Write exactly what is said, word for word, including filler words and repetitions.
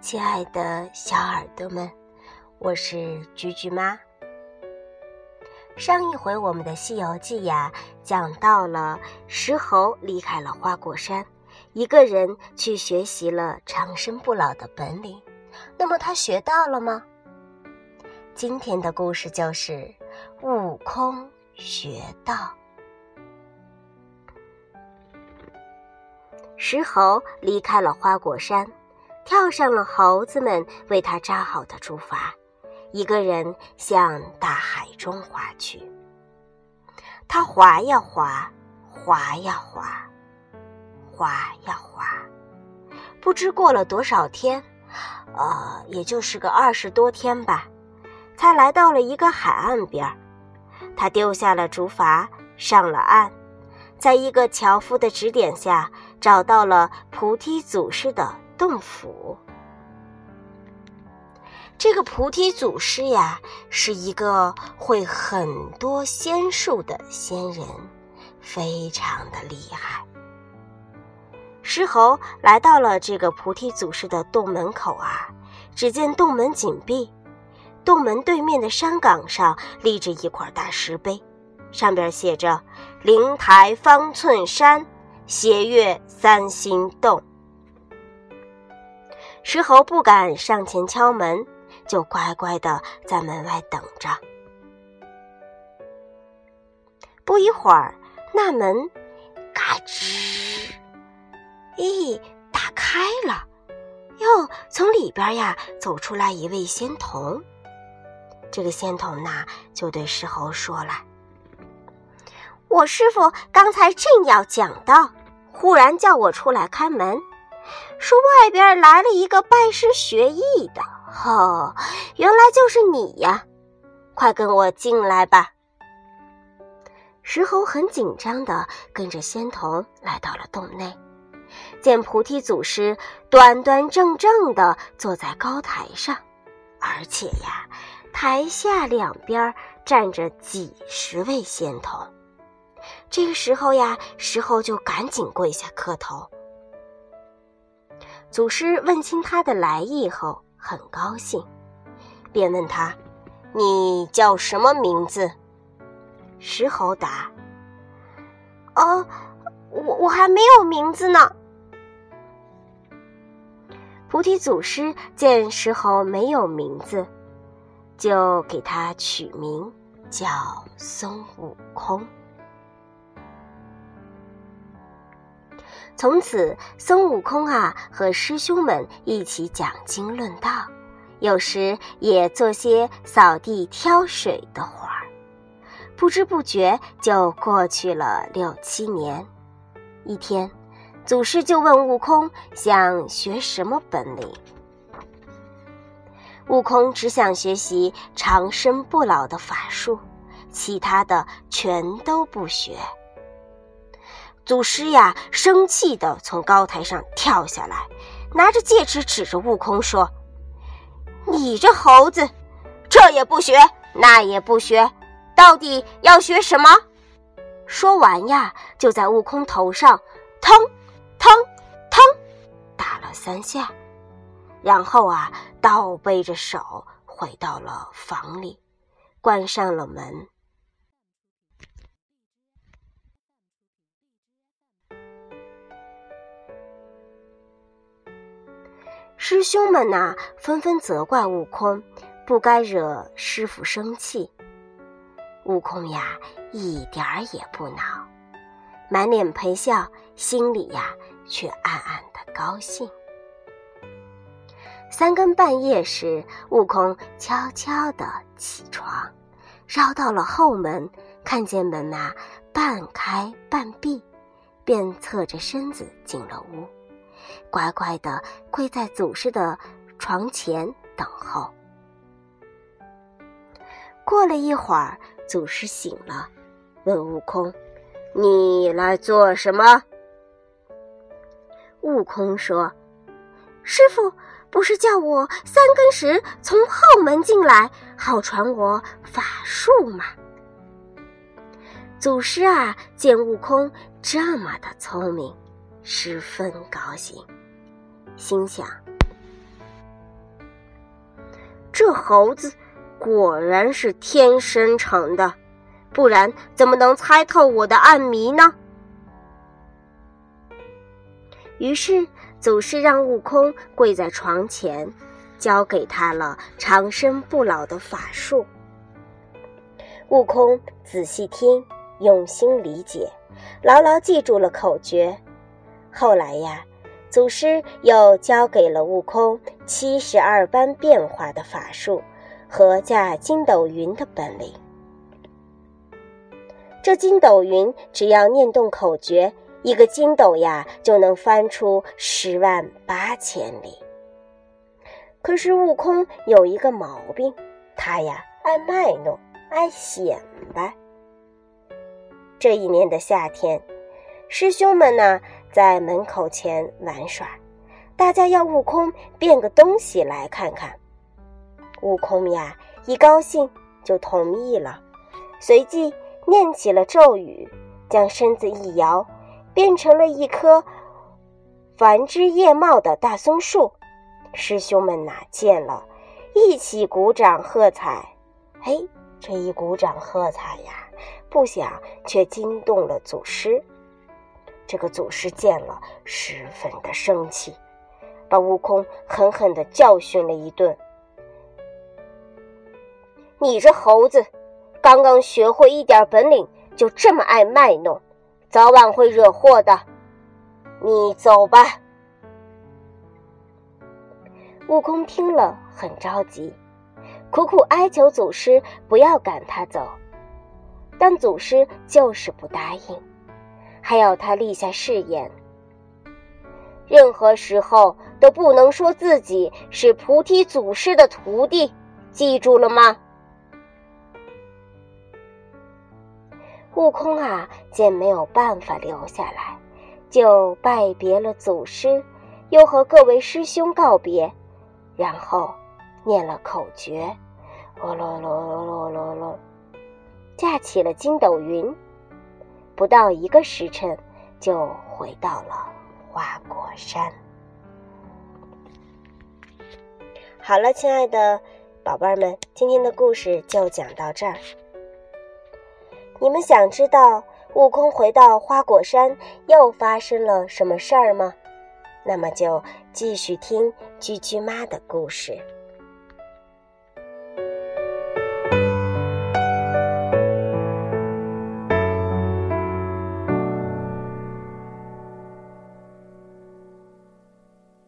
亲爱的小耳朵们，我是菊菊妈。上一回我们的《西游记》呀，讲到了石猴离开了花果山，一个人去学习了长生不老的本领。那么他学到了吗？今天的故事就是悟空学道。石猴离开了花果山，跳上了猴子们为他扎好的竹筏，一个人向大海中划去。他划呀划，划呀划，划呀划，不知过了多少天，呃，也就是个二十多天吧，才来到了一个海岸边。他丢下了竹筏，上了岸，在一个樵夫的指点下，找到了菩提祖师的洞府。这个菩提祖师呀，是一个会很多仙术的仙人，非常的厉害。石猴来到了这个菩提祖师的洞门口啊，只见洞门紧闭，洞门对面的山岗上立着一块大石碑，上边写着灵台方寸山，斜月三星洞。石猴不敢上前敲门，就乖乖地在门外等着。不一会儿，那门嘎吱，咦，打开了，哟，从里边呀走出来一位仙童。这个仙童呢，就对石猴说了：我师父刚才正要讲道，忽然叫我出来开门，说外边来了一个拜师学艺的。哦，原来就是你呀，快跟我进来吧。石猴很紧张地跟着仙童来到了洞内，见菩提祖师端端正正地坐在高台上，而且呀，台下两边站着几十位仙童。这个时候呀，石猴就赶紧跪下磕头。祖师问清他的来意后，很高兴，便问他：你叫什么名字？石猴答：哦，我我还没有名字呢。菩提祖师见石猴没有名字，就给他取名叫孙悟空。从此孙悟空啊和师兄们一起讲经论道，有时也做些扫地挑水的活儿。不知不觉就过去了六七年。一天，祖师就问悟空想学什么本领。悟空只想学习长生不老的法术，其他的全都不学。祖师呀，生气地从高台上跳下来，拿着戒尺指着悟空说：你这猴子，这也不学，那也不学，到底要学什么？说完呀，就在悟空头上腾腾腾打了三下，然后啊，倒背着手回到了房里，关上了门。师兄们呐、啊，纷纷责怪悟空，不该惹师父生气。悟空呀，一点儿也不恼，满脸陪笑，心里呀却暗暗的高兴。三更半夜时，悟空悄悄地起床，绕到了后门，看见门啊半开半闭，便侧着身子进了屋，乖乖地跪在祖师的床前等候。过了一会儿，祖师醒了，问悟空：你来做什么？悟空说：师父不是叫我三更时从后门进来，好传我法术吗？祖师啊，见悟空这么的聪明，十分高兴，心想： 这猴子果然是天生成的，不然怎么能猜透我的暗谜呢？于是祖师让悟空跪在床前，教给他了长生不老的法术。悟空仔细听，用心理解，牢牢记住了口诀。后来呀，祖师又教给了悟空七十二般变化的法术和驾筋斗云的本领。这筋斗云只要念动口诀，一个筋斗呀就能翻出十万八千里。可是悟空有一个毛病，他呀爱卖弄，爱显摆。这一年的夏天，师兄们呢在门口前玩耍，大家要悟空变个东西来看看。悟空呀一高兴就同意了，随即念起了咒语，将身子一摇，变成了一棵繁枝叶茂的大松树。师兄们哪见了，一起鼓掌喝彩。嘿，这一鼓掌喝彩呀，不想却惊动了祖师。这个祖师见了，十分的生气，把悟空狠狠地教训了一顿。你这猴子，刚刚学会一点本领，就这么爱卖弄，早晚会惹祸的。你走吧。悟空听了很着急，苦苦哀求祖师不要赶他走，但祖师就是不答应，还要他立下誓言，任何时候都不能说自己是菩提祖师的徒弟，记住了吗？悟空啊，见没有办法留下来，就拜别了祖师，又和各位师兄告别，然后念了口诀，咯咯咯咯咯咯咯，驾起了筋斗云，不到一个时辰就回到了花果山。好了，亲爱的宝贝们，今天的故事就讲到这儿。你们想知道悟空回到花果山又发生了什么事儿吗？那么就继续听居居妈的故事。